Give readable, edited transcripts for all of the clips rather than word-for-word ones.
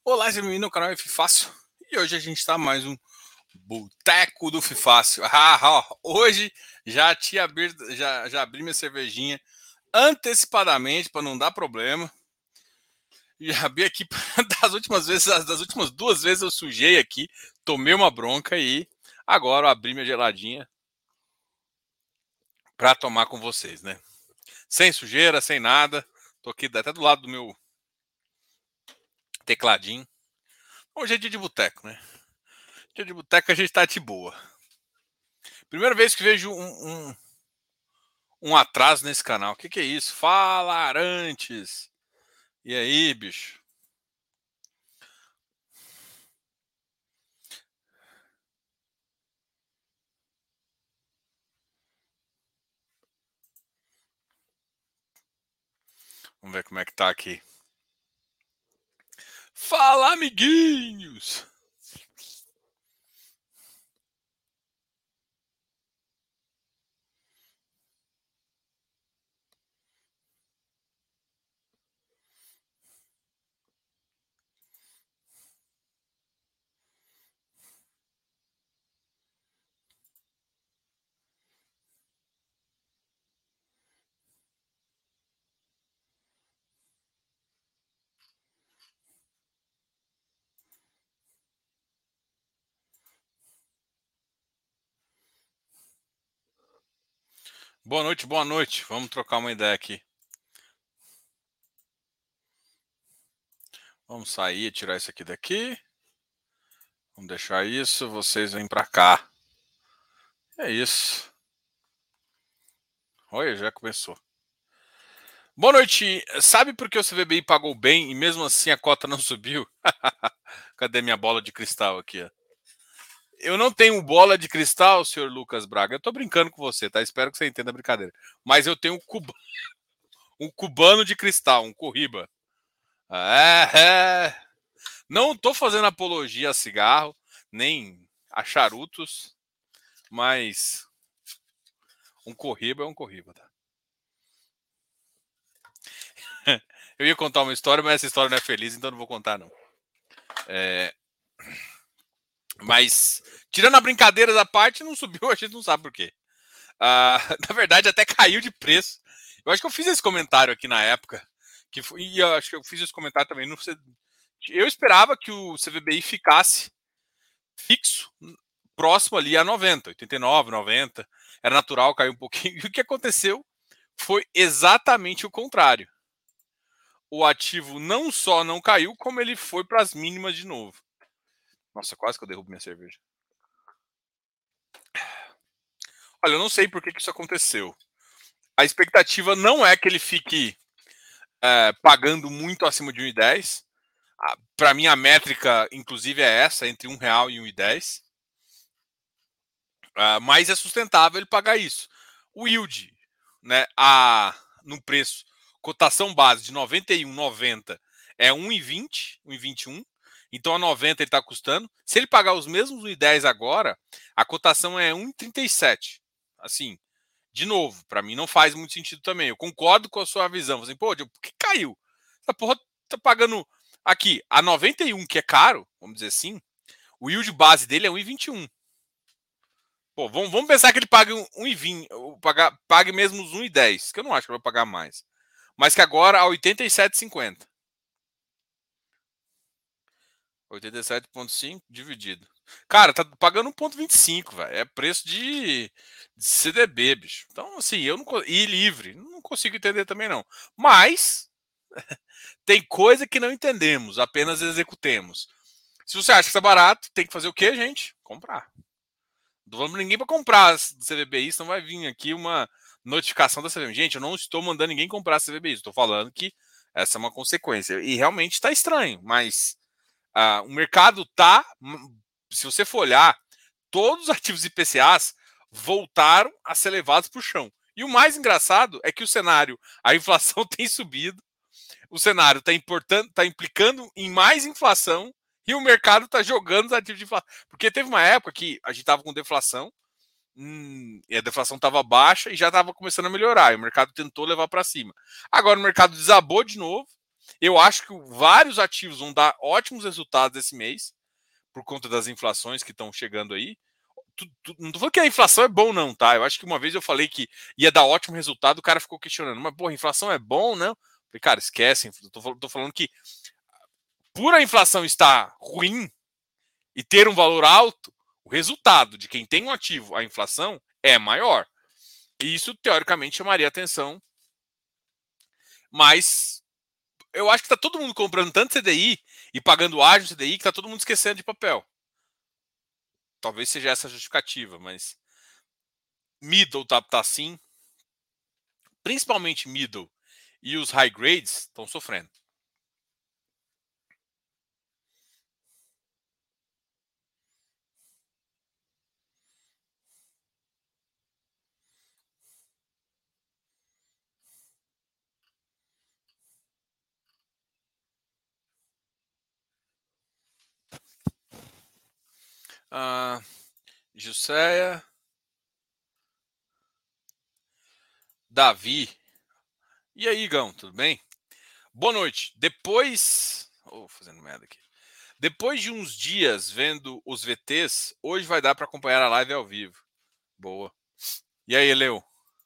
Olá, seja bem-vindo ao canal F Fácil. E hoje a gente está mais um Boteco do Fifácil. Hoje já abri minha cervejinha antecipadamente para não dar problema. E abri aqui das últimas 2 vezes eu sujei aqui, tomei uma bronca e agora eu abri minha geladinha para tomar com vocês, né? Sem sujeira, sem nada. Tô aqui até do lado do meu tecladinho. Hoje é dia de boteco, né? Dia de boteco a gente tá de boa. Primeira vez que vejo um atraso nesse canal. O que é isso? Falar antes. E aí, bicho? Vamos ver como é que tá aqui. Fala, amiguinhos! Boa noite, boa noite. Vamos trocar uma ideia aqui. Vamos sair, tirar isso aqui daqui. Vamos deixar isso, vocês vêm pra cá. É isso. Olha, já começou. Boa noite. Sabe por que o CVBI pagou bem e mesmo assim a cota não subiu? Cadê minha bola de cristal aqui? Ó? Eu não tenho bola de cristal, senhor Lucas Braga. Eu tô brincando com você, tá? Espero que você entenda a brincadeira. Mas eu tenho um cubano de cristal, um Corriba. É. Não tô fazendo apologia a cigarro, nem a charutos, mas um Corriba é um Corriba, tá? Eu ia contar uma história, mas essa história não é feliz, então não vou contar, não. Mas, tirando a brincadeira da parte, não subiu, a gente não sabe por quê. Na verdade, até caiu de preço. Eu acho que eu fiz esse comentário aqui na época. E eu acho que eu fiz esse comentário também. Eu esperava que o CVBI ficasse fixo, próximo ali a 90, 89, 90. Era natural cair um pouquinho. E o que aconteceu foi exatamente o contrário. O ativo não só não caiu, como ele foi para as mínimas de novo. Nossa, quase que eu derrubo minha cerveja. Olha, eu não sei por que isso aconteceu. A expectativa não é que ele fique pagando muito acima de 1,10. Para mim, a métrica, inclusive, é essa, entre R$1 e 1,10. Mas é sustentável ele pagar isso. O yield, né, no preço, cotação base de 91,90 é 1,20, 1,21. Então a 90 ele está custando. Se ele pagar os mesmos 1,10 agora, a cotação é 1,37. Assim, de novo, para mim não faz muito sentido também. Eu concordo com a sua visão. Assim, pô, por que caiu? Essa porra tá pagando aqui a 91, que é caro, vamos dizer assim. O yield base dele é 1,21. Pô, vamos pensar que ele pague 1,20, pague mesmo os 1,10, que eu não acho que ele vai pagar mais. Mas que agora a 87,50. 87,5 dividido. Cara, tá pagando 1,25, velho. É preço de CDB, bicho. Então, assim, eu não. E livre. Não consigo entender também, não. Mas. Tem coisa que não entendemos, apenas executemos. Se você acha que está barato, tem que fazer o quê, gente? Comprar. Não vamos ninguém para comprar CVBI, senão vai vir aqui uma notificação da CVBI. Gente, eu não estou mandando ninguém comprar CVBI, estou falando que essa é uma consequência. E realmente está estranho, mas o mercado está. Se você for olhar, todos os ativos IPCAs voltaram a ser levados para o chão. E o mais engraçado é que o cenário, a inflação tem subido, o cenário está implicando em mais inflação e o mercado está jogando os ativos de inflação. Porque teve uma época que a gente estava com deflação e a deflação estava baixa e já estava começando a melhorar. E o mercado tentou levar para cima. Agora o mercado desabou de novo Eu acho que vários ativos vão dar ótimos resultados esse mês, por conta das inflações que estão chegando aí. Não tô falando que a inflação é bom, não, tá? Eu acho que uma vez eu falei que ia dar ótimo resultado, o cara ficou questionando, mas, porra, inflação é bom, não? Falei, cara, esquece, tô falando que por a inflação estar ruim e ter um valor alto, o resultado de quem tem um ativo, a inflação, é maior. E isso, teoricamente, chamaria atenção. Mas eu acho que está todo mundo comprando tanto CDI e pagando ágio CDI que está todo mundo esquecendo de papel. Talvez seja essa a justificativa, mas middle tá assim. Principalmente middle e os high grades estão sofrendo. Ah, Jusceia. Davi. E aí, Gão, tudo bem? Boa noite. Depois. Oh, fazendo merda aqui. Depois de uns dias vendo os VTs, hoje vai dar para acompanhar a live ao vivo. Boa. E aí, Leo?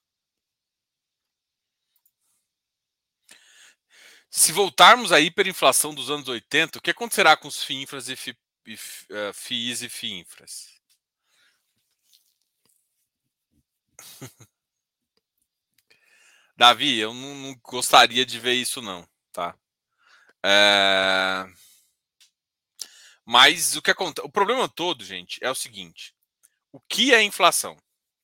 Se voltarmos à hiperinflação dos anos 80, o que acontecerá com os FIINFRAs e FIIs e FIINFRAs? Davi, eu não gostaria de ver isso não, tá? É... Mas o que acontece? O problema todo, gente, é o seguinte: o que é inflação?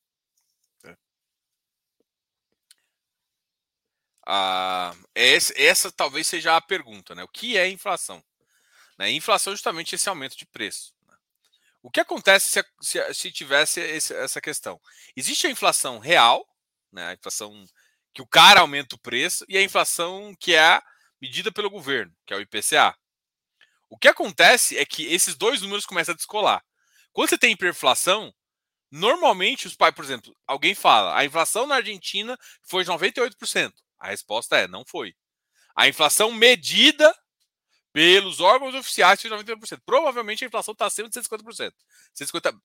Essa talvez seja a pergunta, né? O que é inflação? Né? Inflação é justamente esse aumento de preço. Né? O que acontece se tivesse essa questão? Existe a inflação real, né? A inflação que o cara aumenta o preço, e a inflação que é medida pelo governo, que é o IPCA. O que acontece é que esses dois números começam a descolar. Quando você tem hiperinflação, normalmente os pais, por exemplo, alguém fala, a inflação na Argentina foi de 98%. A resposta é, não foi. A inflação medida pelos órgãos oficiais foi de 98%. Provavelmente a inflação está acima de 150%. 150,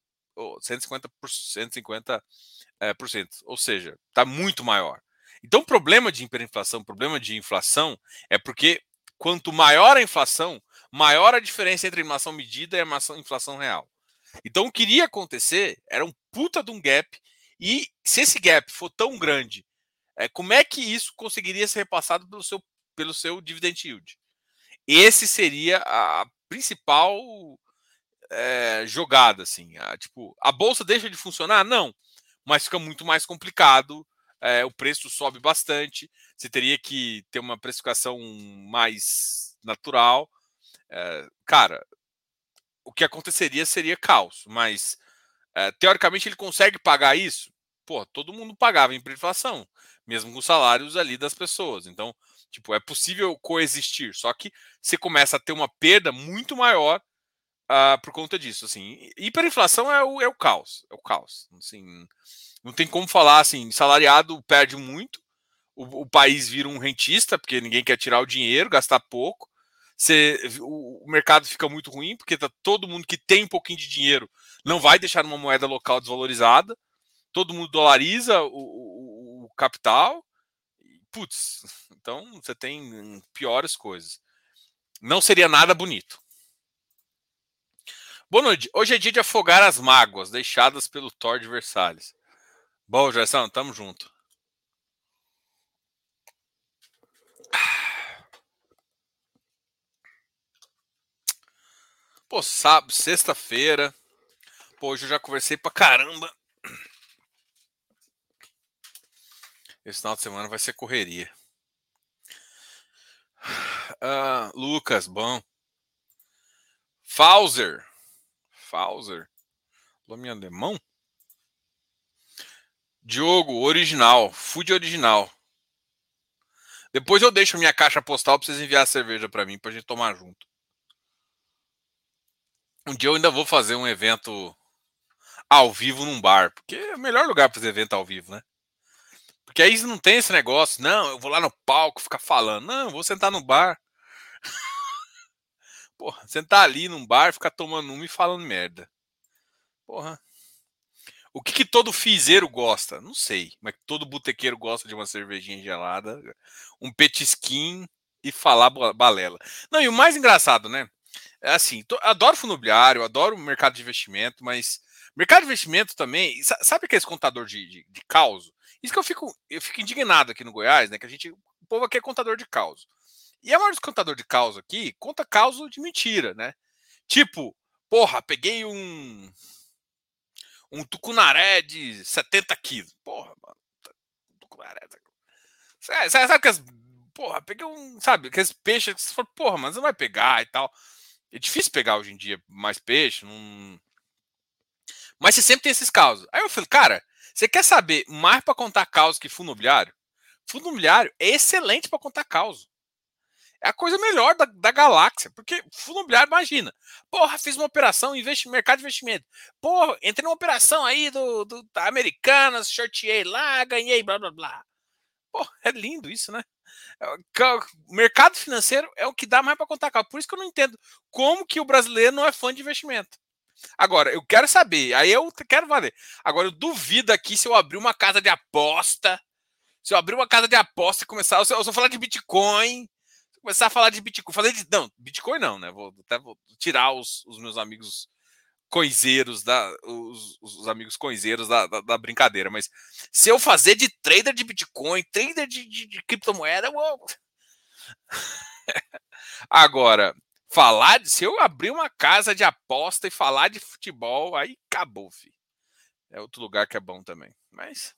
150%. Ou seja, está muito maior. Então, o problema de hiperinflação, o problema de inflação, é porque quanto maior a inflação, maior a diferença entre a inflação medida e a inflação real. Então, o que iria acontecer era um puta de um gap, e se esse gap for tão grande, como é que isso conseguiria ser repassado pelo seu dividend yield? Esse seria a principal jogada, assim. Tipo, a bolsa deixa de funcionar? Não, mas fica muito mais complicado. O preço sobe bastante. Você teria que ter uma precificação mais natural. Cara, o que aconteceria seria caos, mas teoricamente ele consegue pagar isso? Pô, todo mundo pagava hiperinflação, mesmo com os salários ali das pessoas. Então, tipo, é possível coexistir, só que você começa a ter uma perda muito maior por conta disso. Assim, hiperinflação é o caos, é o caos. Assim, não tem como falar assim, salariado perde muito, o país vira um rentista, porque ninguém quer tirar o dinheiro, gastar pouco. O mercado fica muito ruim, porque tá todo mundo que tem um pouquinho de dinheiro não vai deixar uma moeda local desvalorizada. Todo mundo dolariza o capital. Putz, então você tem piores coisas. Não seria nada bonito. Boa noite. Hoje é dia de afogar as mágoas deixadas pelo Thor de Versalhes. Bom, Gerson, tamo junto. Pô, sábado, sexta-feira. Pô, hoje eu já conversei pra caramba. Esse final de semana vai ser correria. Lucas, bom. Fauser. Nome alemão? Diogo, original. Food original. Depois eu deixo minha caixa postal pra vocês enviar a cerveja pra mim, pra gente tomar junto. Um dia eu ainda vou fazer um evento ao vivo num bar, porque é o melhor lugar pra fazer evento ao vivo, né? Porque aí não tem esse negócio, não, eu vou lá no palco ficar falando. Não, eu vou sentar no bar, Porra, sentar ali num bar, ficar tomando uma e falando merda. Porra. O que todo fizeiro gosta? Não sei, mas todo botequeiro gosta de uma cervejinha gelada, um petisquinho e falar balela. Não, e o mais engraçado, né? É assim, adoro fundo imobiliário, adoro o mercado de investimento, mas mercado de investimento também, sabe aquele contador de causo? Isso que eu fico indignado aqui no Goiás, né? Que o povo aqui é contador de causo. E a maioria dos contador de causa aqui conta causa de mentira, né? Tipo, porra, peguei um tucunaré de 70 quilos. Porra, mano, tucunaré. Sabe que as. Porra, peguei um. Sabe, aqueles peixes que você fala, porra, mas não vai pegar e tal. É difícil pegar hoje em dia mais peixe. Não... Mas você sempre tem esses causos. Aí eu falei, cara, você quer saber mais para contar causos que fundo imobiliário? Fundo imobiliário é excelente para contar causos. É a coisa melhor da galáxia. Porque fundo imobiliário, imagina. Porra, fiz uma operação, mercado de investimento. Porra, entrei numa operação aí da Americanas, shortei lá, ganhei, blá, blá, blá. Porra, é lindo isso, né? O mercado financeiro é o que dá mais para contar causa. Por isso que eu não entendo como que o brasileiro não é fã de investimento. Agora, eu quero saber, aí eu quero valer. Agora, eu duvido aqui se eu abrir uma casa de aposta, se eu abrir uma casa de aposta e começar, eu só falar de Bitcoin, começar a falar de Bitcoin, não, Bitcoin não, né? Vou tirar os meus amigos coiseiros, os amigos coiseiros da brincadeira, mas se eu fazer de trader de Bitcoin, trader de criptomoeda, eu vou... Agora, se eu abrir uma casa de aposta e falar de futebol, aí acabou, filho. É outro lugar que é bom também. Mas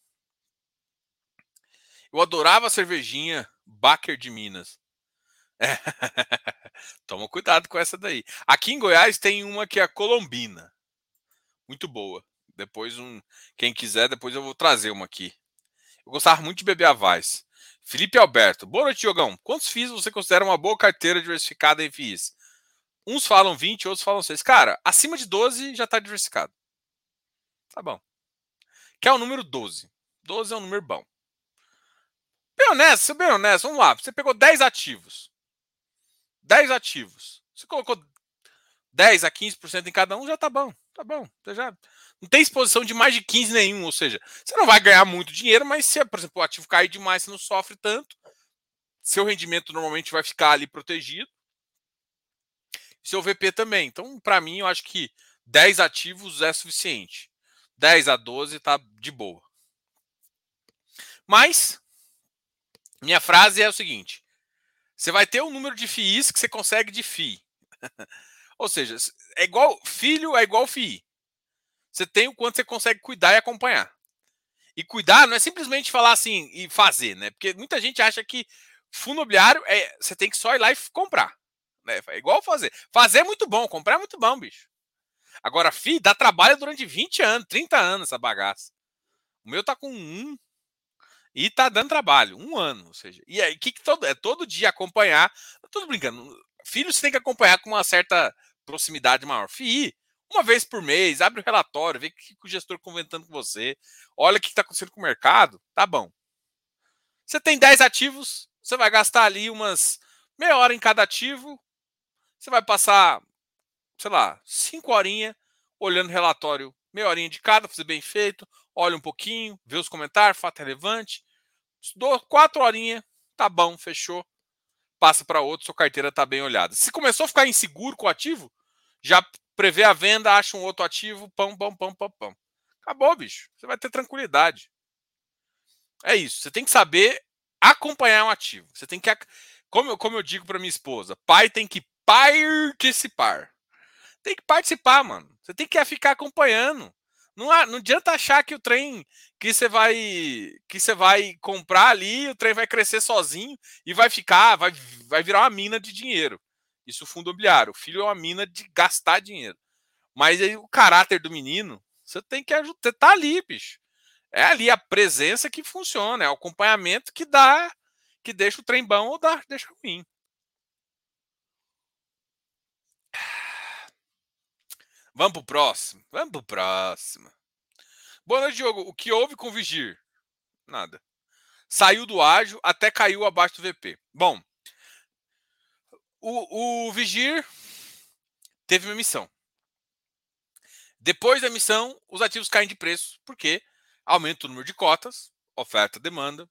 eu adorava a cervejinha Baker de Minas. É. Toma cuidado com essa daí. Aqui em Goiás tem uma que é a Colombina. Muito boa. Depois, quem quiser, depois eu vou trazer uma aqui. Eu gostava muito de beber a Weiss. Felipe Alberto. Boa noite, Diogão. Quantos FIIs você considera uma boa carteira diversificada em FIIs? Uns falam 20, outros falam 6. Cara, acima de 12 já está diversificado. Tá bom. Que é o número 12. 12 é um número bom. Bem honesto, vamos lá. Você pegou 10 ativos. 10 ativos. Você colocou 10 a 15% em cada um, já tá bom. Tá bom. Você já não tem exposição de mais de 15 nenhum. Ou seja, você não vai ganhar muito dinheiro, mas se, por exemplo, o ativo cair demais, você não sofre tanto. Seu rendimento normalmente vai ficar ali protegido. Seu VP também. Então, para mim, eu acho que 10 ativos é suficiente. 10 a 12 tá de boa. Mas, minha frase é o seguinte: você vai ter um número de FIIs que você consegue de FII. Ou seja, é igual filho é igual FII. Você tem o quanto você consegue cuidar e acompanhar. E cuidar não é simplesmente falar assim e fazer, né? Porque muita gente acha que fundo imobiliário você tem que só ir lá e comprar. Né? É igual fazer. Fazer é muito bom, comprar é muito bom, bicho. Agora, FII dá trabalho durante 20 anos, 30 anos essa bagaça. O meu tá com e tá dando trabalho, 1 ano. Ou seja, e aí, todo dia acompanhar. Eu tô brincando. Filho, você tem que acompanhar com uma certa proximidade maior. FII, uma vez por mês, abre o relatório, vê o que o gestor comentando com você, olha o que está acontecendo com o mercado, tá bom. Você tem 10 ativos, você vai gastar ali umas meia hora em cada ativo, você vai passar, sei lá, 5 horinhas olhando o relatório, meia horinha de cada, fazer bem feito, olha um pouquinho, vê os comentários, fato relevante, 4 horinhas, tá bom, fechou, passa para outro, sua carteira tá bem olhada. Se começou a ficar inseguro com o ativo, já prevê a venda, acha um outro ativo, pão, pão, pão, pão, pão. Acabou, bicho. Você vai ter tranquilidade. É isso. Você tem que saber acompanhar um ativo. Você tem que, como eu digo para minha esposa, pai tem que participar. Tem que participar, mano. Você tem que ficar acompanhando. Não adianta achar que o trem que você vai comprar ali, o trem vai crescer sozinho e vai virar uma mina de dinheiro. Isso fundo imobiliário. O filho é uma mina de gastar dinheiro. Mas aí, o caráter do menino, você tem que ajudar. Você tá ali, bicho. É ali a presença que funciona, é o acompanhamento que deixa o trem bom ou deixa ruim. Vamos pro próximo. Vamos pro próximo. Boa noite, Diogo. O que houve com o Vigir? Nada. Saiu do ágio até caiu abaixo do VP. Bom, O Vigir teve uma emissão. Depois da emissão, os ativos caem de preço, porque aumenta o número de cotas, oferta, demanda,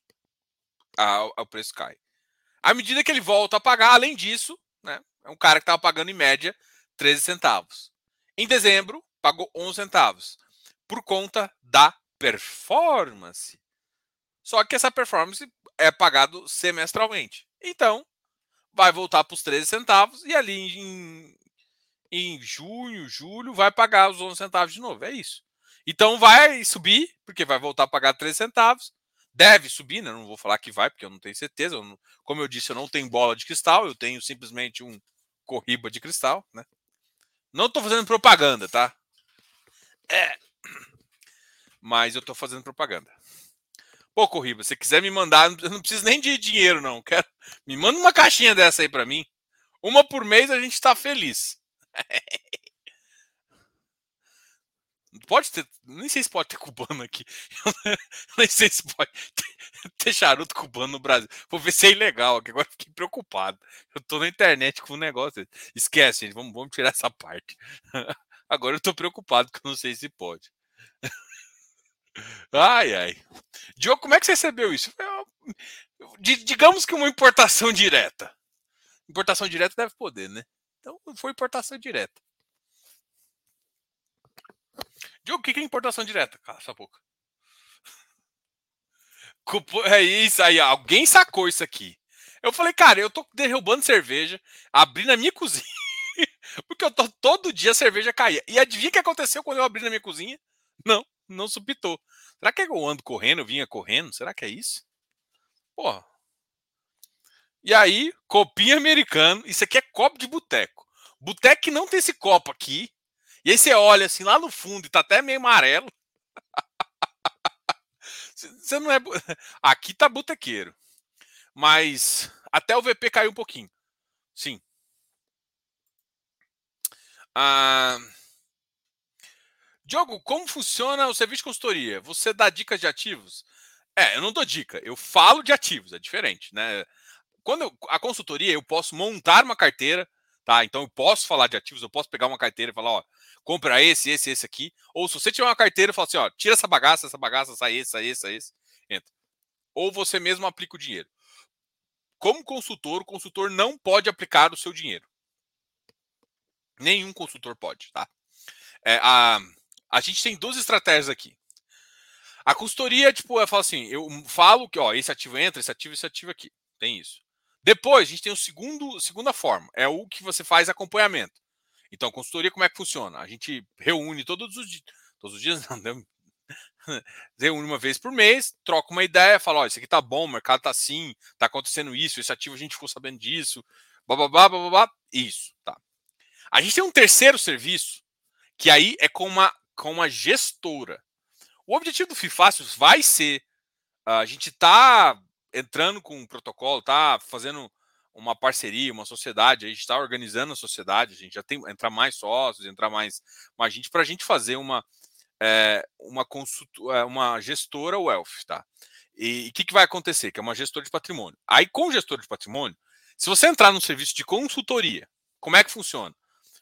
o preço cai. À medida que ele volta a pagar, além disso, né, é um cara que estava pagando em média 13 centavos. Em dezembro, pagou 11 centavos, por conta da performance. Só que essa performance é pagado semestralmente. Então, vai voltar para os 13 centavos e ali em junho, julho, vai pagar os 11 centavos de novo. É isso. Então vai subir, porque vai voltar a pagar 13 centavos. Deve subir, né? Não vou falar que vai, porque eu não tenho certeza. Como eu disse, eu não tenho bola de cristal, eu tenho simplesmente um corriba de cristal, né? Não estou fazendo propaganda, tá? Mas eu estou fazendo propaganda. Pô, Corriba, se quiser me mandar, eu não preciso nem de dinheiro, não. Quero... Me manda uma caixinha dessa aí para mim. Uma por mês a gente está feliz. Pode ter. Nem sei se pode ter cubano aqui. Eu nem sei se pode ter charuto cubano no Brasil. Vou ver se é ilegal aqui. Agora fiquei preocupado. Eu tô na internet com um negócio. Esquece, gente. Vamos tirar essa parte. Agora eu tô preocupado, porque eu não sei se pode. Ai, ai. Diogo, como é que você recebeu isso? Digamos que uma importação direta. Importação direta deve poder, né? Então foi importação direta. Diogo, o que é importação direta? Cala essa boca. É isso aí, alguém sacou isso aqui. Eu falei, cara, eu tô derrubando cerveja, abrindo a minha cozinha, porque eu tô todo dia a cerveja caía. E adivinha o que aconteceu quando eu abri na minha cozinha? Não supitou. Será que eu ando correndo, eu vinha correndo? Será que é isso? Porra. E aí, copinho americano, isso aqui é copo de boteco. Boteco que não tem esse copo aqui. E aí você olha assim lá no fundo e tá até meio amarelo. Você não é. Aqui tá botequeiro. Mas até o VP caiu um pouquinho. Sim. Ah, Diogo, como funciona o serviço de consultoria? Você dá dicas de ativos? Eu não dou dica, eu falo de ativos, é diferente, né? A consultoria, eu posso montar uma carteira, tá? Então eu posso falar de ativos, eu posso pegar uma carteira e falar, ó, compra esse aqui. Ou se você tiver uma carteira, eu falo assim, ó, tira essa bagaça, sai esse, entra. Ou você mesmo aplica o dinheiro. Como consultor, o consultor não pode aplicar o seu dinheiro. Nenhum consultor pode, tá? A gente tem duas estratégias aqui. A consultoria, tipo, eu falo assim, eu falo que, ó, esse ativo entra, esse ativo aqui. Tem isso. Depois, a gente tem segunda forma, é o que você faz acompanhamento. Então, a consultoria, como é que funciona? A gente reúne todos os dias, não, reúne uma vez por mês, troca uma ideia, fala, ó, isso aqui tá bom, o mercado tá assim, tá acontecendo isso, esse ativo a gente ficou sabendo disso, bababá, isso, tá. A gente tem um terceiro serviço, que aí é com uma gestora. O objetivo do FIFácil vai ser a gente tá entrando com um protocolo, tá fazendo uma parceria, uma sociedade, a gente está organizando a sociedade, a gente já tem entrar mais sócios, entrar mais gente para a gente fazer uma gestora wealth, tá? E o que vai acontecer? Que é uma gestora de patrimônio. Aí com o gestor de patrimônio, se você entrar no serviço de consultoria, como é que funciona?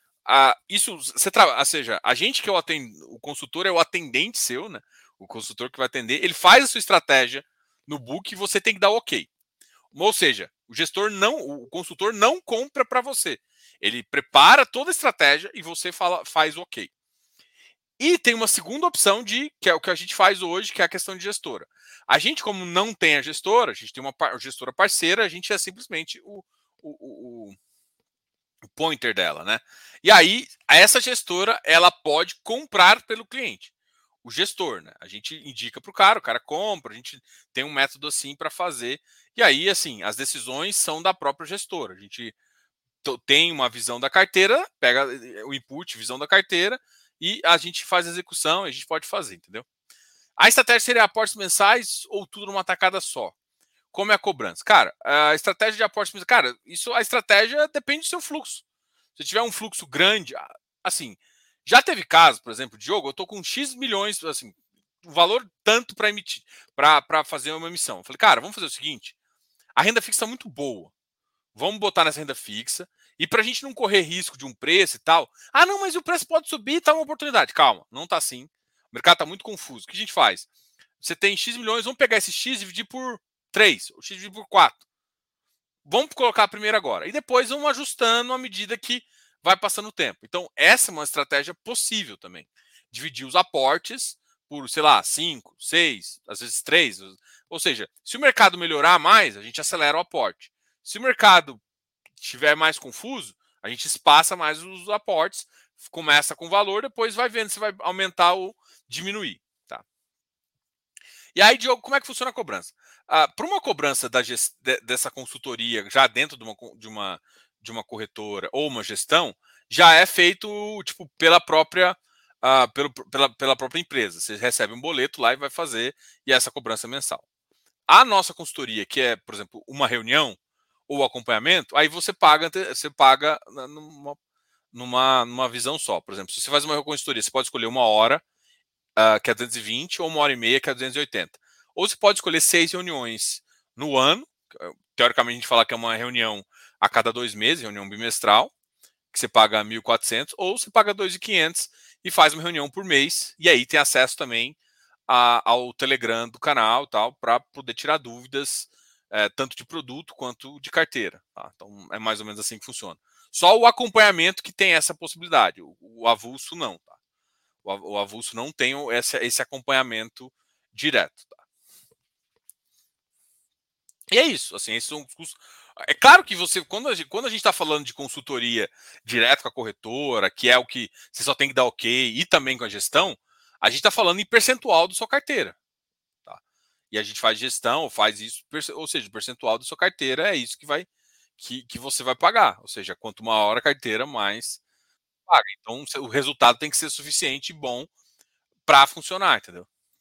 Ou seja, a gente que é o consultor é o atendente seu, né? O consultor que vai atender, ele faz a sua estratégia no book e você tem que dar ok. Ou seja, o consultor não compra para você. Ele prepara toda a estratégia e você faz ok. E tem uma segunda opção que é o que a gente faz hoje, que é a questão de gestora. A gente, como não tem a gestora, a gente tem uma gestora parceira, a gente é simplesmente o pointer dela, né? E aí, essa gestora, ela pode comprar pelo cliente. O gestor, né? A gente indica para o cara compra, a gente tem um método assim para fazer. E aí, assim, as decisões são da própria gestora. A gente tem uma visão da carteira, pega o input, visão da carteira, e a gente faz a execução, a gente pode fazer, entendeu? A estratégia seria aportes mensais ou tudo numa tacada só? Como é a cobrança? Cara, a estratégia de aportes mensais, cara, a estratégia depende do seu fluxo. Se tiver um fluxo grande, assim, já teve caso, por exemplo, Diogo, eu tô com X milhões, assim, o valor tanto para emitir, para fazer uma emissão. Eu falei, cara, vamos fazer o seguinte: a renda fixa é muito boa. vamos botar nessa renda fixa. E para a gente não correr risco de um preço e tal. Ah, não, mas o preço pode subir, tá uma oportunidade. Calma, não tá assim. O mercado está muito confuso. O que a gente faz? Você tem X milhões, vamos pegar esse X e dividir por 3, ou X dividir por 4. Vamos colocar a primeira agora. E depois vamos ajustando à medida que vai passando o tempo. Então, essa é uma estratégia possível também. Dividir os aportes por, sei lá, 5, 6, às vezes 3. Ou seja, se o mercado melhorar mais, a gente acelera o aporte. Se o mercado estiver mais confuso, a gente espaça mais os aportes, começa com valor, depois vai vendo se vai aumentar ou diminuir. Tá? E aí, Diogo, como é que funciona a cobrança? Para uma cobrança dessa consultoria já dentro de uma corretora ou uma gestão, já é feito tipo, pela própria pela própria empresa. Você recebe um boleto lá e vai fazer e essa cobrança mensal. A nossa consultoria, que é, por exemplo, uma reunião ou acompanhamento, aí você paga numa visão só. Por exemplo, se você faz uma consultoria, você pode escolher uma hora, que é 220, ou uma hora e meia, que é 280. Ou você pode escolher 6 reuniões no ano. Teoricamente, a gente fala que é uma reunião a cada 2 meses, reunião bimestral, que você paga 1.400, ou você paga 2.500 e faz uma reunião por mês. E aí tem acesso também ao Telegram do canal e tal, para poder tirar dúvidas, tanto de produto quanto de carteira. Tá? Então, é mais ou menos assim que funciona. Só o acompanhamento que tem essa possibilidade, o avulso não. Tá? O avulso não tem esse acompanhamento direto. Tá? E é isso. Assim, esses são os custos. É claro que você, quando a gente está falando de consultoria direto com a corretora, que é o que você só tem que dar ok, e também com a gestão, a gente está falando em percentual da sua carteira. Tá? E a gente faz gestão, faz isso, ou seja, o percentual da sua carteira é isso que você vai pagar. Ou seja, quanto maior a carteira, mais paga. Então, o resultado tem que ser suficiente e bom para funcionar, entendeu?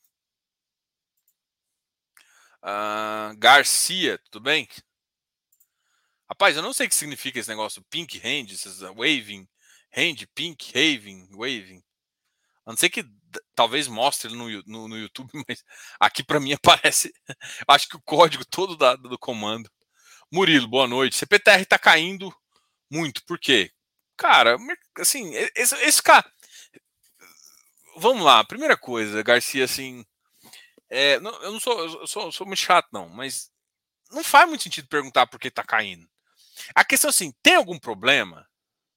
Garcia, tudo bem? Rapaz, eu não sei o que significa esse negócio pink hand, esses waving, hand, pink, having, waving. A não ser que talvez mostre no YouTube, mas aqui para mim aparece. Acho que o código todo do comando. Murilo, boa noite. CPTR tá caindo muito, por quê? Cara, assim, esse cara. Vamos lá, primeira coisa, Garcia, assim. Eu não sou, sou muito chato, não, mas não faz muito sentido perguntar por que tá caindo. A questão é assim, tem algum problema?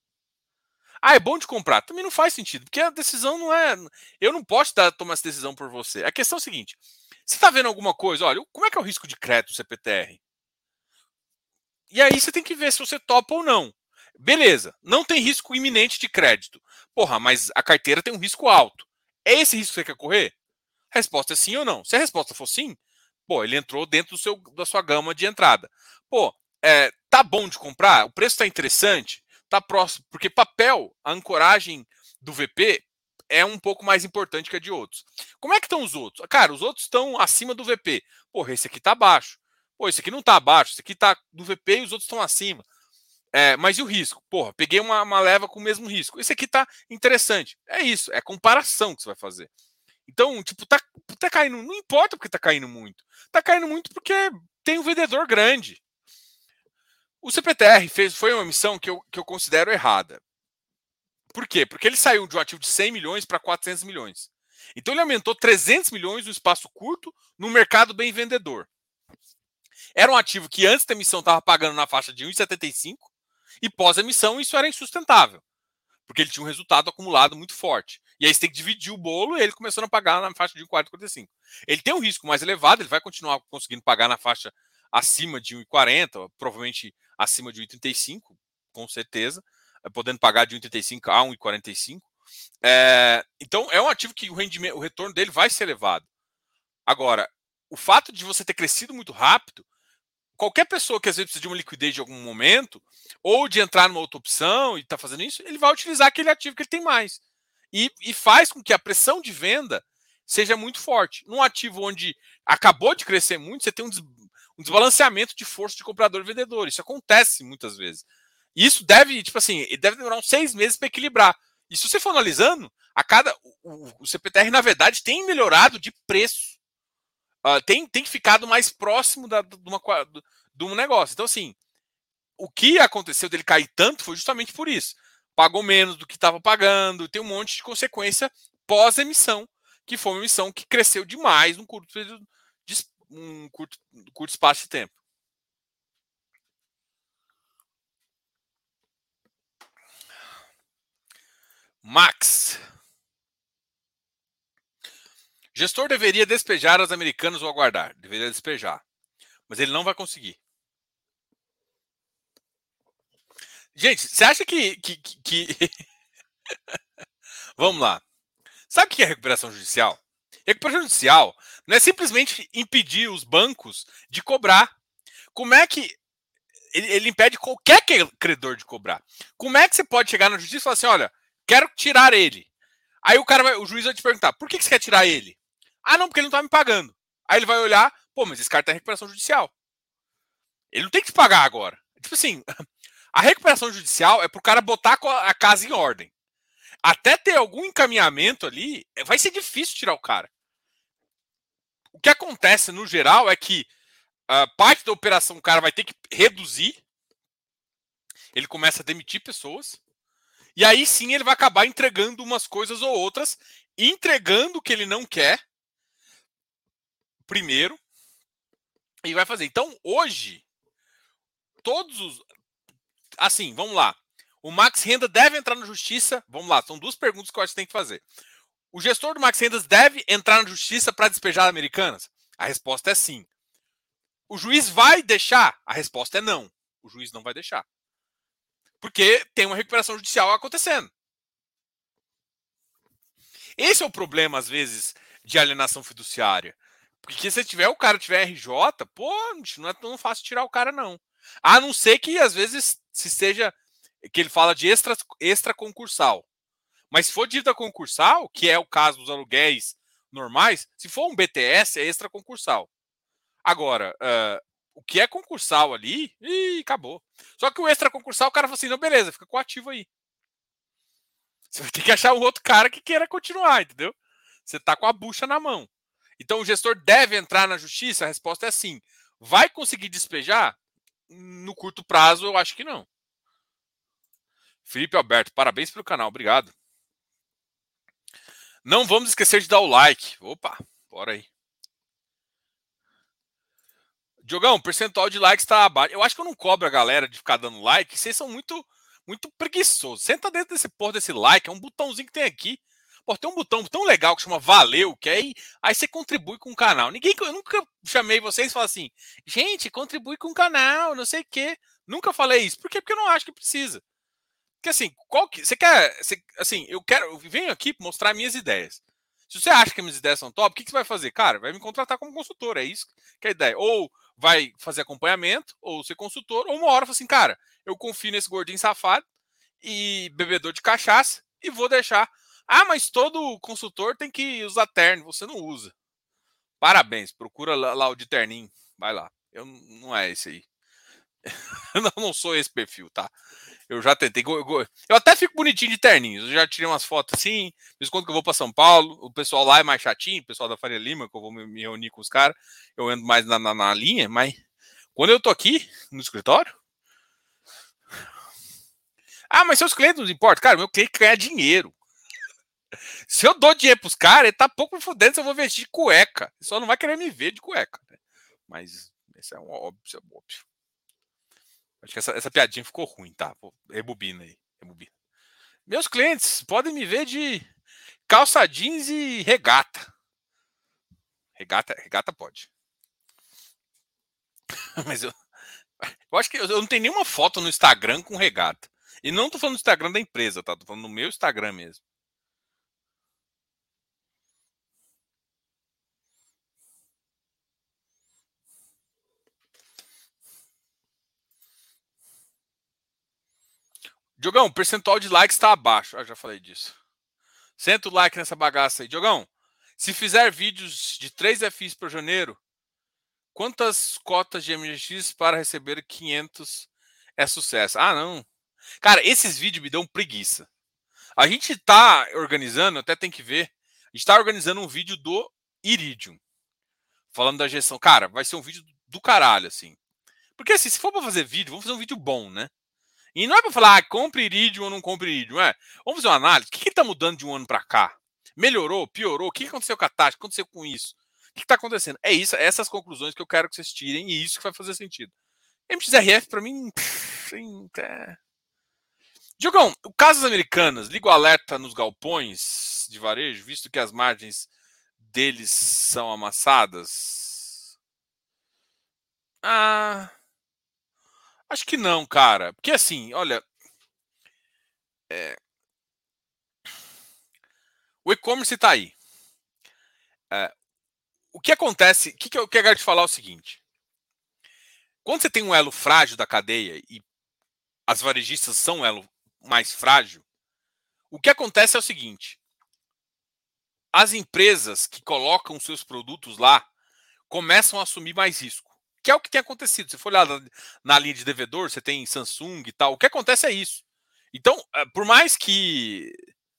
Ah, é bom de comprar. Também não faz sentido, porque a decisão não é. Eu não posso tomar essa decisão por você. A questão é a seguinte: você está vendo alguma coisa? Olha, como é que é o risco de crédito do CPTR? E aí você tem que ver se você topa ou não. Beleza, não tem risco iminente de crédito. Porra, mas a carteira tem um risco alto. É esse risco que você quer correr? A resposta é sim ou não. Se a resposta for sim, pô, ele entrou dentro da sua gama de entrada. Pô, tá bom de comprar? O preço está interessante? Tá próximo? Porque papel, a ancoragem do VP é um pouco mais importante que a de outros. Como é que estão os outros? Cara, os outros estão acima do VP. Porra, esse aqui tá abaixo. Pô, esse aqui não tá abaixo, esse aqui tá do VP e os outros estão acima. Mas e o risco? Porra, peguei uma leva com o mesmo risco. Esse aqui tá interessante. É isso, é comparação que você vai fazer. Então, tipo, tá caindo. Não importa porque tá caindo muito. Tá caindo muito porque tem um vendedor grande. O CPTR foi uma missão que eu considero errada. Por quê? Porque ele saiu de um ativo de 100 milhões para 400 milhões. Então ele aumentou 300 milhões no espaço curto, num mercado bem vendedor. Era um ativo que antes da emissão estava pagando na faixa de 1,75 e pós-emissão isso era insustentável, porque ele tinha um resultado acumulado muito forte. E aí você tem que dividir o bolo e ele começando a pagar na faixa de 1,45. Ele tem um risco mais elevado, ele vai continuar conseguindo pagar na faixa acima de 1,40, provavelmente acima de 1,35, com certeza, podendo pagar de 1,35 a 1,45. Então é um ativo que o retorno dele vai ser elevado. Agora, o fato de você ter crescido muito rápido, qualquer pessoa que às vezes precisa de uma liquidez de algum momento, ou de entrar numa outra opção e está fazendo isso, ele vai utilizar aquele ativo que ele tem mais. E faz com que a pressão de venda seja muito forte. Num ativo onde acabou de crescer muito, você tem um desbalanceamento de força de comprador e vendedor. Isso acontece muitas vezes. E isso deve, tipo assim, deve demorar uns 6 meses para equilibrar. E se você for analisando, o CPTR, na verdade, tem melhorado de preço. Tem ficado mais próximo de um negócio. Então, assim, o que aconteceu dele cair tanto foi justamente por isso. Pagou menos do que estava pagando, tem um monte de consequência pós-emissão, que foi uma emissão que cresceu demais num curto período de curto espaço de tempo. Max. Gestor deveria despejar as americanas ou aguardar? Deveria despejar. Mas ele não vai conseguir. Gente, você acha que... Vamos lá. Sabe o que é recuperação judicial? Recuperação judicial não é simplesmente impedir os bancos de cobrar. Como é que ele impede qualquer credor de cobrar? Como é que você pode chegar na justiça e falar assim, olha, quero tirar ele. Aí o juiz vai te perguntar, por que você quer tirar ele? Ah, não, porque ele não tá me pagando. Aí ele vai olhar, pô, mas esse cara tá em recuperação judicial. Ele não tem que te pagar agora. Tipo assim, a recuperação judicial é pro cara botar a casa em ordem. Até ter algum encaminhamento ali, vai ser difícil tirar o cara. O que acontece no geral é que parte da operação o cara vai ter que reduzir. Ele começa a demitir pessoas. E aí sim ele vai acabar entregando umas coisas ou outras, entregando o que ele não quer primeiro e vai fazer. Então hoje, todos os... Assim, vamos lá. O Max Renda deve entrar na justiça? Vamos lá, são duas perguntas que eu acho que tem que fazer. O gestor do Max Rendas deve entrar na justiça para despejar Americanas? A resposta é sim. O juiz vai deixar? A resposta é não. O juiz não vai deixar. Porque tem uma recuperação judicial acontecendo. Esse é o problema, às vezes, de alienação fiduciária. Porque se o cara tiver RJ, pô, não é tão fácil tirar o cara, não. A não ser que, às vezes, se seja que ele fala de extra concursal. Mas se for dívida concursal, que é o caso dos aluguéis normais, se for um BTS, é extra concursal. Agora, o que é concursal ali, acabou. Só que o extra concursal, o cara fala assim, não, beleza, fica com o ativo aí. Você vai ter que achar um outro cara que queira continuar, entendeu? Você tá com a bucha na mão. Então o gestor deve entrar na justiça? A resposta é sim. Vai conseguir despejar? No curto prazo, eu acho que não. Felipe Alberto, parabéns pelo canal, obrigado. Não vamos esquecer de dar o like. Opa, bora aí. Diogão, o percentual de likes está abaixo. Eu acho que eu não cobro a galera de ficar dando like. Vocês são muito preguiçosos. Senta dentro desse porra desse like. É um botãozinho que tem aqui. Pô, tem um botão tão legal que chama Valeu, que aí você contribui com o canal. Eu nunca chamei vocês e falei assim, gente, contribui com o canal, não sei o quê. Nunca falei isso. Por quê? Porque eu não acho que precisa. Porque assim, você quer. Assim, eu venho aqui mostrar minhas ideias. Se você acha que minhas ideias são top, o que você vai fazer? Cara, vai me contratar como consultor. É isso que é a ideia. Ou vai fazer acompanhamento, ou ser consultor, ou uma hora fala assim, cara, eu confio nesse gordinho safado e bebedor de cachaça e vou deixar. Ah, mas todo consultor tem que usar terno, você não usa. Parabéns, procura lá o de terninho. Vai lá. Não é esse aí. Eu não sou esse perfil, tá? Eu já tentei. Eu até fico bonitinho de terninho. Eu já tirei umas fotos assim. Fiz quando que eu vou para São Paulo. O pessoal lá é mais chatinho. O pessoal da Faria Lima, que eu vou me reunir com os caras. Eu ando mais na linha. Mas quando eu tô aqui no escritório. Ah, mas seus clientes não importam. Cara, meu cliente ganha dinheiro. Se eu dou dinheiro pros caras, ele tá pouco me fudendo se eu vou vestir de cueca. Ele só não vai querer me ver de cueca. Né? Mas esse é um óbvio. Isso é óbvio. Acho que essa piadinha ficou ruim, tá? Rebobina aí. Rebobina. Meus clientes podem me ver de calça jeans e regata. Regata pode. Mas eu acho que eu não tenho nenhuma foto no Instagram com regata. E não tô falando do Instagram da empresa, tá? Tô falando do meu Instagram mesmo. Diogão, o percentual de likes tá abaixo. Ah, já falei disso. Senta o like nessa bagaça aí. Diogão, se fizer vídeos de 3 FIs para janeiro, quantas cotas de MGX para receber 500 é sucesso? Ah, não. Cara, esses vídeos me dão preguiça. A gente tá organizando, até tem que ver, a gente tá organizando um vídeo do Iridium, falando da gestão. Cara, vai ser um vídeo do caralho, assim. Porque assim, se for para fazer vídeo, vamos fazer um vídeo bom, né? E não é para falar, compre Iridium ou não compre Iridium, é. Vamos fazer uma análise. O que está mudando de um ano para cá? Melhorou? Piorou? O que aconteceu com a taxa? O que aconteceu com isso? O que está acontecendo? É isso, essas conclusões que eu quero que vocês tirem e isso que vai fazer sentido. MXRF, para mim, Diogão, o Casas Americanas liga o alerta nos galpões de varejo, visto que as margens deles são amassadas? Ah, acho que não, cara. Porque assim, olha, é, o e-commerce está aí. É, o que acontece, o que eu quero te falar é o seguinte. Quando você tem um elo frágil da cadeia e as varejistas são um elo mais frágil, o que acontece é o seguinte. As empresas que colocam seus produtos lá começam a assumir mais risco. Que é o que tem acontecido. Se for olhar na linha de devedor, você tem Samsung e tal. O que acontece é isso. Então, por mais que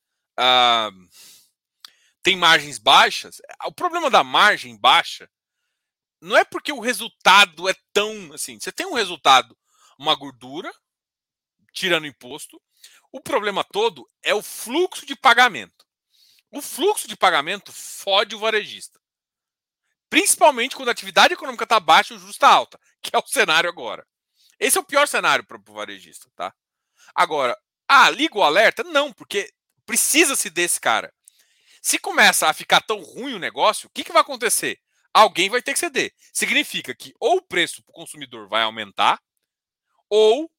tem margens baixas, o problema da margem baixa não é porque o resultado é tão assim. Você tem um resultado, uma gordura, tirando imposto. O problema todo é o fluxo de pagamento. O fluxo de pagamento fode o varejista. Principalmente quando a atividade econômica está baixa e o juros está alta, que é o cenário agora. Esse é o pior cenário para o varejista, tá? Agora, liga o alerta? Não, porque precisa-se desse cara. Se começa a ficar tão ruim o negócio, o que vai acontecer? Alguém vai ter que ceder. Significa que ou o preço para o consumidor vai aumentar, ou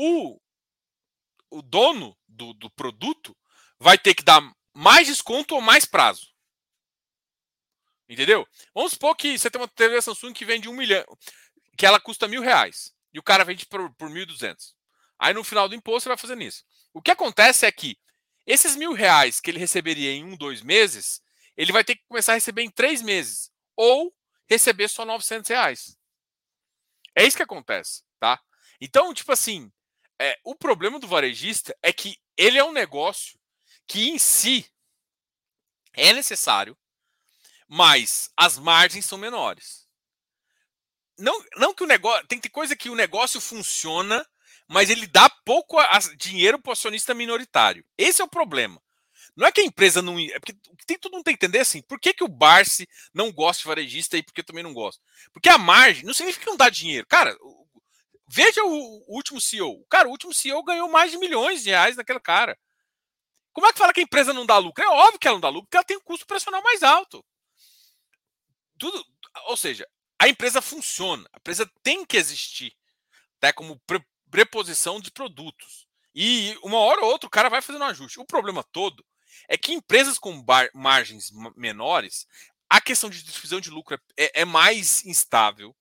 o dono do produto vai ter que dar mais desconto ou mais prazo. Entendeu? Vamos supor que você tem uma TV Samsung que vende 1 milhão, que ela custa R$1.000 e o cara vende por 1.200. Aí no final do imposto você vai fazendo isso. O que acontece é que esses R$1.000 que ele receberia em 2 meses, ele vai ter que começar a receber em 3 meses ou receber só R$900. É isso que acontece, tá? Então, tipo assim, o problema do varejista é que ele é um negócio que em si é necessário, mas as margens são menores. Não que o negócio. Tem coisa que o negócio funciona, mas ele dá pouco dinheiro para o acionista minoritário. Esse é o problema. Não é que a empresa não. É porque todo mundo tem que entender assim. Por que o Barsi não gosta de varejista e por que eu também não gosto? Porque a margem não significa que não dá dinheiro. Cara, veja o último CEO. Cara, o último CEO ganhou mais de milhões de reais naquele cara. Como é que fala que a empresa não dá lucro? É óbvio que ela não dá lucro, porque ela tem um custo operacional mais alto. Tudo, ou seja, a empresa funciona, a empresa tem que existir, tá? Como preposição de produtos. E uma hora ou outra o cara vai fazendo um ajuste. O problema todo é que empresas com margens menores, a questão de divisão de lucro é mais instável,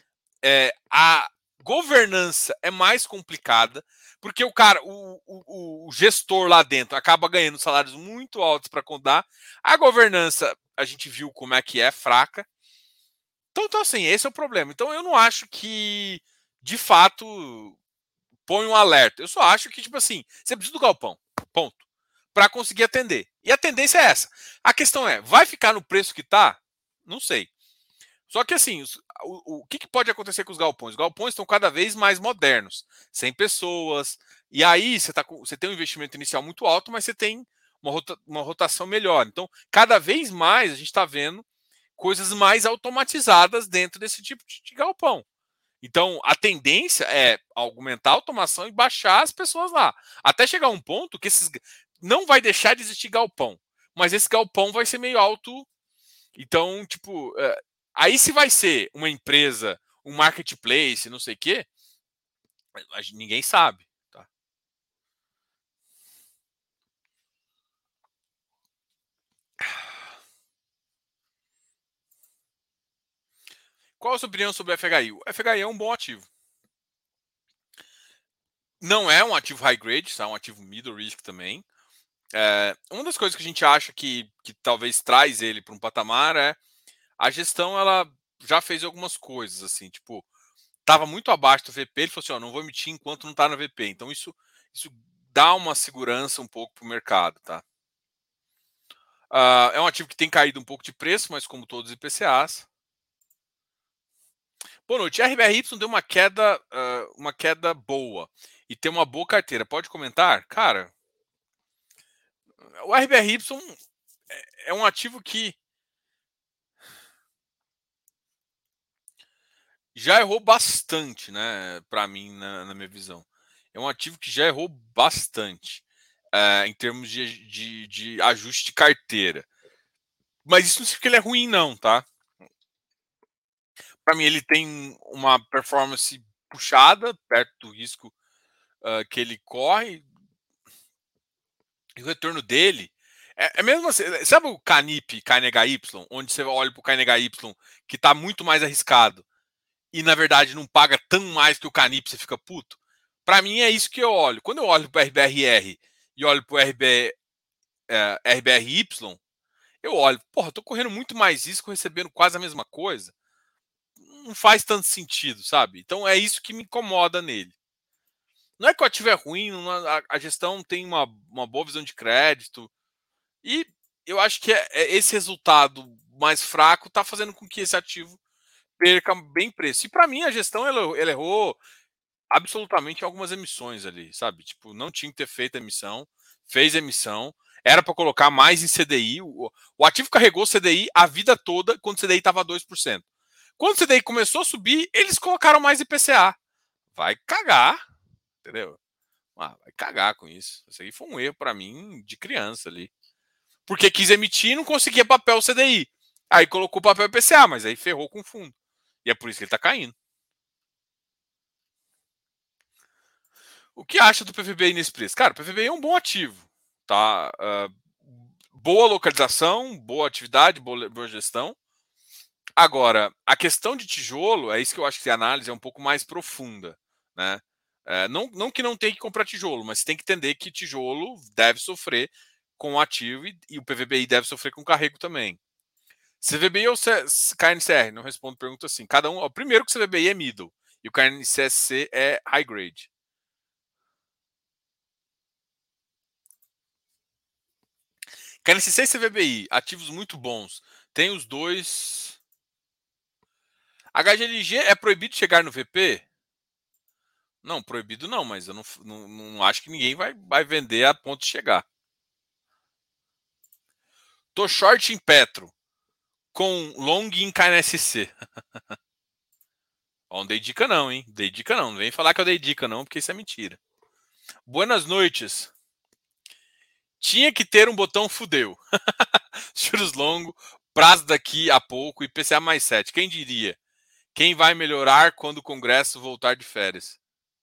a governança é mais complicada, porque o cara, o gestor lá dentro acaba ganhando salários muito altos para contar. A governança, a gente viu como é que é fraca. Então, assim, esse é o problema. Então, eu não acho que, de fato, põe um alerta. Eu só acho que, tipo assim, você precisa do galpão, ponto, para conseguir atender. E a tendência é essa. A questão é, vai ficar no preço que tá? Não sei. Só que, assim, o que pode acontecer com os galpões? Os galpões estão cada vez mais modernos, 100 pessoas, e aí você tem um investimento inicial muito alto, mas você tem uma rotação melhor. Então, cada vez mais a gente está vendo coisas mais automatizadas dentro desse tipo de galpão. Então, a tendência é aumentar a automação e baixar as pessoas lá. Até chegar um ponto que não vai deixar de existir galpão. Mas esse galpão vai ser meio alto. Então, tipo, aí se vai ser uma empresa, um marketplace, não sei o quê, ninguém sabe. Tá? Qual a sua opinião sobre o FHI? O FHI é um bom ativo. Não é um ativo high grade, é um ativo middle risk também. Uma das coisas que a gente acha que talvez traz ele para um patamar é a gestão. Ela já fez algumas coisas assim, tipo, estava muito abaixo do VP, ele falou assim, não vou emitir enquanto não está no VP. Então isso dá uma segurança um pouco para o mercado, tá? É um ativo que tem caído um pouco de preço, mas como todos os IPCAs. Boa noite. A RBRY deu uma queda boa e tem uma boa carteira. Pode comentar? Cara, o RBRY é um ativo que já errou bastante, né? Para mim, na minha visão. É um ativo que já errou bastante em termos de ajuste de carteira. Mas isso não significa que ele é ruim, não, tá? Para mim, ele tem uma performance puxada, perto do risco que ele corre. E o retorno dele é mesmo assim. Sabe o Canip, KNHY, onde você olha para o KNHY que está muito mais arriscado e na verdade não paga tão mais que o Canip, você fica puto? Para mim é isso que eu olho. Quando eu olho para o RBRR e olho para o RBRY, eu olho, porra, eu tô correndo muito mais risco recebendo quase a mesma coisa. Não faz tanto sentido, sabe? Então é isso que me incomoda nele. Não é que o ativo é ruim, a gestão tem uma boa visão de crédito. E eu acho que esse resultado mais fraco está fazendo com que esse ativo perca bem preço. E para mim, a gestão ela errou absolutamente em algumas emissões ali, sabe? Tipo, não tinha que ter feito a emissão, fez a emissão, era para colocar mais em CDI. O ativo carregou CDI a vida toda quando o CDI estava 2%. Quando o CDI começou a subir, eles colocaram mais IPCA. Vai cagar, entendeu? Vai cagar com isso. Isso aí foi um erro para mim de criança ali. Porque quis emitir e não conseguia papel CDI. Aí colocou papel IPCA, mas aí ferrou com o fundo. E é por isso que ele está caindo. O que acha do PVBI nesse preço? Cara, o PVBI é um bom ativo. Tá? Boa localização, boa atividade, boa gestão. Agora, a questão de tijolo, é isso que eu acho que a análise é um pouco mais profunda. Né? Não que não tem que comprar tijolo, mas tem que entender que tijolo deve sofrer com o ativo e o PVBI deve sofrer com o carrego também. CVBI ou KNCR? Não respondo pergunta assim. Cada um. O primeiro que o CVBI é middle e o KNCSC é high grade. KNCC e CVBI, ativos muito bons. Tem os dois. HGLG é proibido chegar no VP? Não, proibido não, mas eu não acho que ninguém vai vender a ponto de chegar. Tô short em Petro, com long em KNSC. Ó, não dei dica não, hein? Dei dica não. Não vem falar que eu dei dica não, porque isso é mentira. Buenas noites. Tinha que ter um botão fudeu. Juros longo, prazo daqui a pouco, IPCA mais 7. Quem diria? Quem vai melhorar quando o Congresso voltar de férias?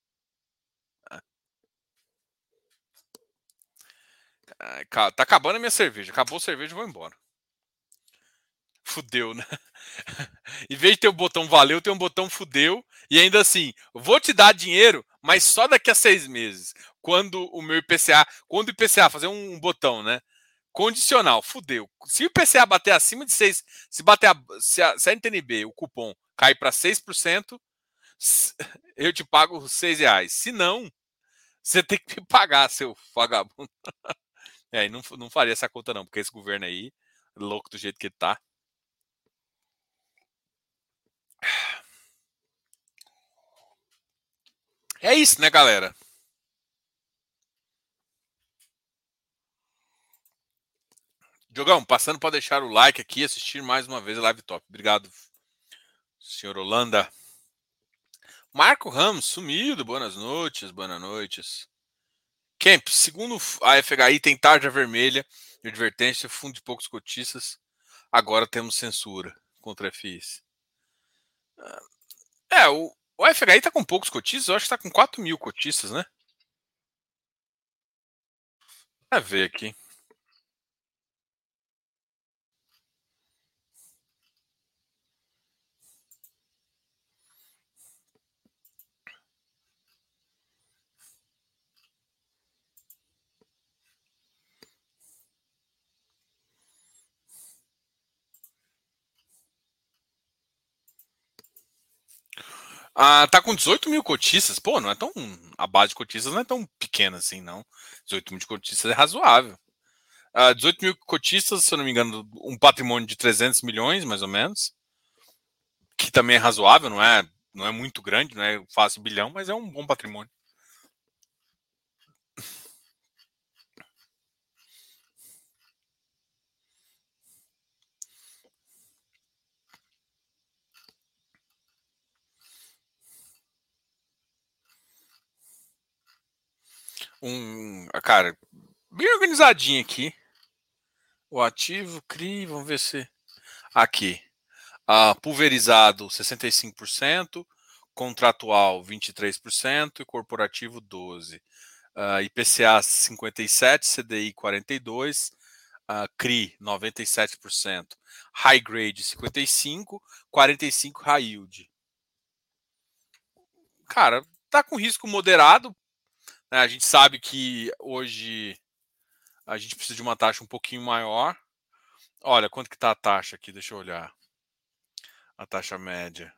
Tá acabando a minha cerveja. Acabou a cerveja, eu vou embora. Fudeu, né? Em vez de ter o botão valeu, tem um botão fudeu. E ainda assim, vou te dar dinheiro, mas só daqui a 6 meses. Quando o meu IPCA. Quando o IPCA fazer um botão, né? Condicional, fudeu. Se o IPCA bater acima de 6, se a NTNB, o cupom, cair para 6%, eu te pago R$ 6. Se não, você tem que me pagar, seu vagabundo. E não faria essa conta, não, porque esse governo aí, louco do jeito que ele tá. É isso, né, galera? Diogão, passando para deixar o like aqui e assistir mais uma vez a Live Top. Obrigado, senhor Holanda. Marco Ramos, sumido. Boas noites, boas noites. Kemp, segundo a FHI, tem tarja vermelha de advertência, fundo de poucos cotistas. Agora temos censura contra FIs. O FHI está com poucos cotistas, eu acho que está com 4 mil cotistas, né? Vai ver aqui. Tá com 18 mil cotistas. Pô, não é tão. A base de cotistas não é tão pequena assim, não. 18 mil de cotistas é razoável. 18 mil cotistas, se eu não me engano, um patrimônio de 300 milhões, mais ou menos. Que também é razoável, não é não é muito grande, não é fácil bilhão, mas é um bom patrimônio. Cara, bem organizadinho aqui. O ativo, CRI, vamos ver se. Aqui. Pulverizado 65%, contratual 23% e corporativo 12%. IPCA 57%, CDI 42%, CRI 97%, High Grade 55%, 45% High Yield. Cara, tá com risco moderado. Né? A gente sabe que hoje a gente precisa de uma taxa um pouquinho maior. Olha, quanto que tá a taxa aqui? Deixa eu olhar. A taxa média.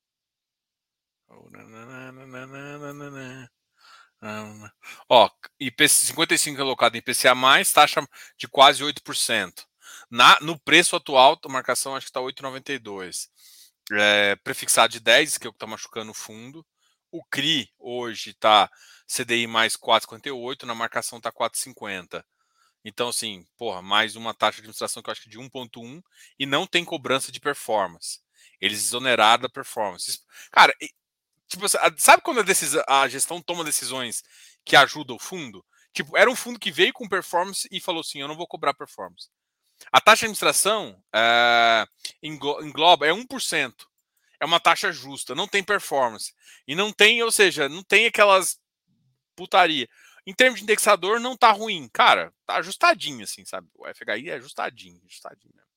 Ó, IP 55 alocado em IPCA+, taxa de quase 8%. No preço atual, a marcação acho que está 8,92. Prefixado de 10, que é o que está machucando o fundo. O CRI hoje está CDI mais 4,58, na marcação está 4,50. Então, assim, porra, mais uma taxa de administração que eu acho que de 1,1 e não tem cobrança de performance. Eles exoneraram da performance. Cara, tipo, sabe quando a gestão toma decisões que ajudam o fundo? Tipo, era um fundo que veio com performance e falou assim: eu não vou cobrar performance. A taxa de administração engloba, é 1%. É uma taxa justa, não tem performance. E não tem, ou seja, não tem aquelas putaria. Em termos de indexador, não tá ruim. Cara, tá ajustadinho, assim, sabe? O FHI é ajustadinho, ajustadinho mesmo.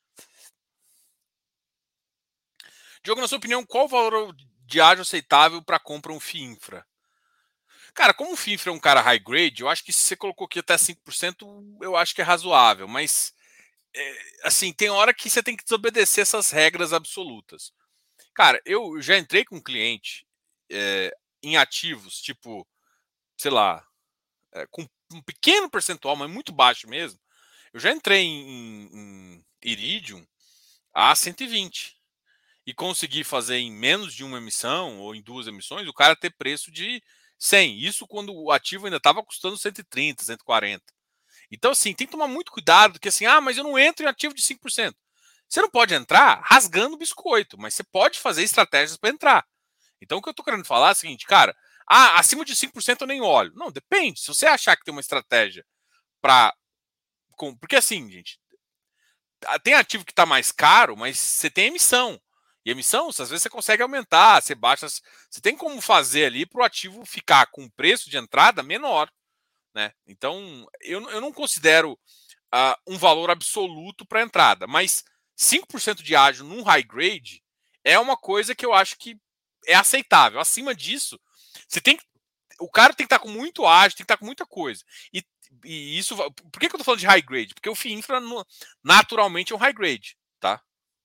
Diogo, na sua opinião, qual o valor de ágio aceitável para compra um FII infra? Cara, como o FII infra é um cara high grade, eu acho que se você colocou aqui até 5%, eu acho que é razoável. Mas, assim, tem hora que você tem que desobedecer essas regras absolutas. Cara, eu já entrei com um cliente em ativos, tipo, sei lá, com um pequeno percentual, mas muito baixo mesmo. Eu já entrei em Iridium a 120 e consegui fazer em menos de uma emissão ou em duas emissões, o cara ter preço de 100. Isso quando o ativo ainda estava custando 130, 140. Então, assim, tem que tomar muito cuidado, que assim, mas eu não entro em ativo de 5%. Você não pode entrar rasgando o biscoito, mas você pode fazer estratégias para entrar. Então, o que eu estou querendo falar é o seguinte, cara, acima de 5% eu nem olho. Não, depende. Se você achar que tem uma estratégia para. Porque assim, gente, tem ativo que está mais caro, mas você tem emissão. E emissão, às vezes você consegue aumentar, você baixa. Você tem como fazer ali para o ativo ficar com um preço de entrada menor. Né? Então, eu não considero um valor absoluto para entrada, mas 5% de ágio num high grade é uma coisa que eu acho que é aceitável. Acima disso, você tem o cara tem que estar com muito ágio, tem que estar com muita coisa. E, e isso. Por que eu estou falando de high grade? Porque o FII Infra naturalmente é um high grade. Tá?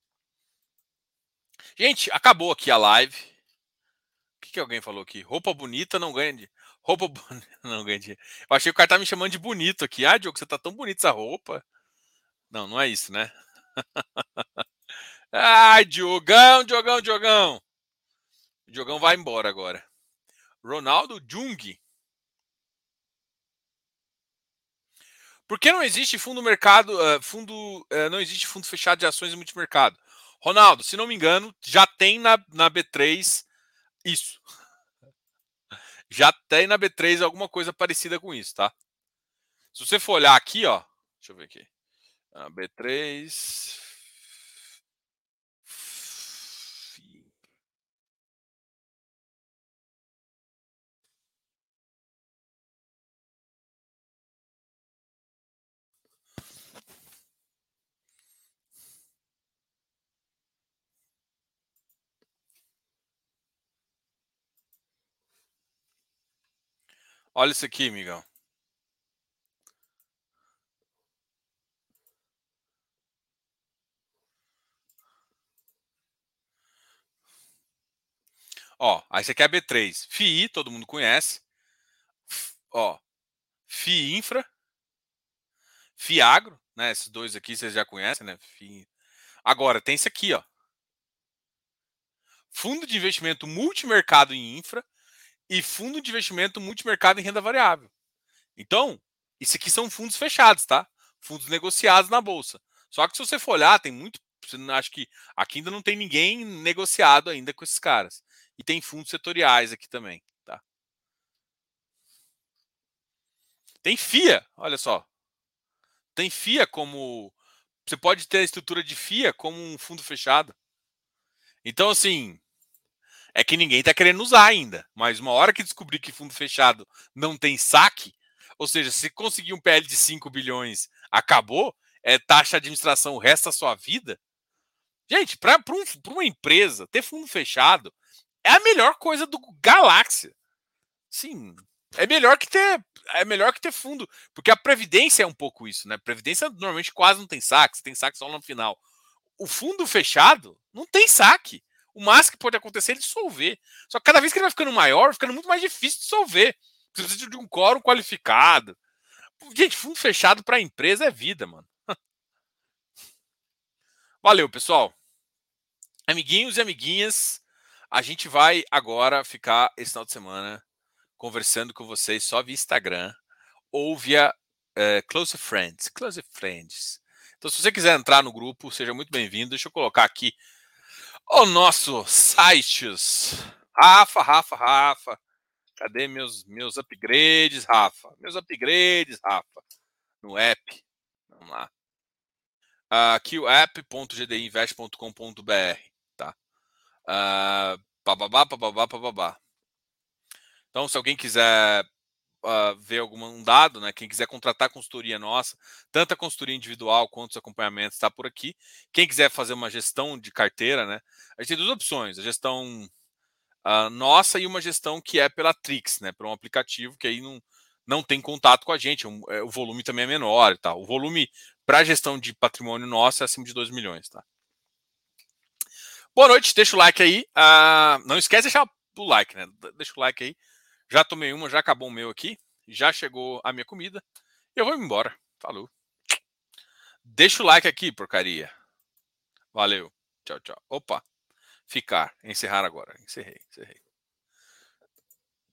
Gente, acabou aqui a live. O que alguém falou aqui? Roupa bonita não ganha de. Roupa bonita não ganha de. Eu achei que o cara tá me chamando de bonito aqui. Diogo, você tá tão bonito essa roupa. Não, não é isso, né? Ai, Diogão, Diogão, Diogão. O Diogão vai embora agora. Ronaldo Jung. Por que não existe fundo mercado, não existe fundo fechado de ações em multimercado? Ronaldo, se não me engano, já tem na B3 isso. Já tem na B3 alguma coisa parecida com isso, tá? Se você for olhar aqui, ó, deixa eu ver aqui. B3. Olha isso aqui, amigão. Ó, aí você quer a B3. FII, todo mundo conhece. Ó, FII Infra, FIAGRO, né? Esses dois aqui vocês já conhecem, né? Agora, tem esse aqui, ó. fundo de investimento multimercado em infra e fundo de investimento multimercado em renda variável. Então, isso aqui são fundos fechados, tá? Fundos negociados na bolsa. Só que se você for olhar, tem muito. Acho que aqui ainda não tem ninguém negociado ainda com esses caras. E tem fundos setoriais aqui também, tá? Tem FIA, olha só. Tem FIA como. Você pode ter a estrutura de FIA como um fundo fechado. Então, assim, é que ninguém está querendo usar ainda. Mas uma hora que descobrir que fundo fechado não tem saque, ou seja, se conseguir um PL de 5 bilhões, acabou, é taxa de administração o resto da sua vida. Gente, para uma empresa ter fundo fechado é a melhor coisa do Galáxia. Sim, é melhor que ter fundo, porque a previdência é um pouco isso, né? Previdência normalmente quase não tem saque, tem saque só no final. O fundo fechado não tem saque. O máximo que pode acontecer é ele dissolver. Só que cada vez que ele vai ficando maior, vai ficando muito mais difícil dissolver. Você precisa de um quórum qualificado. Gente, fundo fechado para a empresa é vida, mano. Valeu, pessoal. Amiguinhos e amiguinhas, a gente vai agora ficar esse final de semana conversando com vocês só via Instagram ou via Close Friends. Close Friends. Então, se você quiser entrar no grupo, seja muito bem-vindo. Deixa eu colocar aqui o nosso sites. Rafa. Cadê meus upgrades, Rafa? Meus upgrades, Rafa. No app. Vamos lá. Aqui o app.gdiinvest.com.br. Tá? Bababá. Então, se alguém quiser ver algum dado, né? Quem quiser contratar consultoria nossa, tanto a consultoria individual quanto os acompanhamentos, está por aqui. Quem quiser fazer uma gestão de carteira, né? A gente tem duas opções: a gestão nossa e uma gestão que é pela Trix, né? Por um aplicativo que aí não tem contato com a gente, o volume também é menor e tal. O volume para a gestão de patrimônio nosso é acima de 2 milhões, tá? Boa noite, deixa o like aí. Não esquece de deixar o like, né? Deixa o like aí. Já tomei uma, já acabou o meu aqui. Já chegou a minha comida. E eu vou embora. Falou. Deixa o like aqui, porcaria. Valeu. Tchau. Opa. Ficar. Encerrar agora. Encerrei.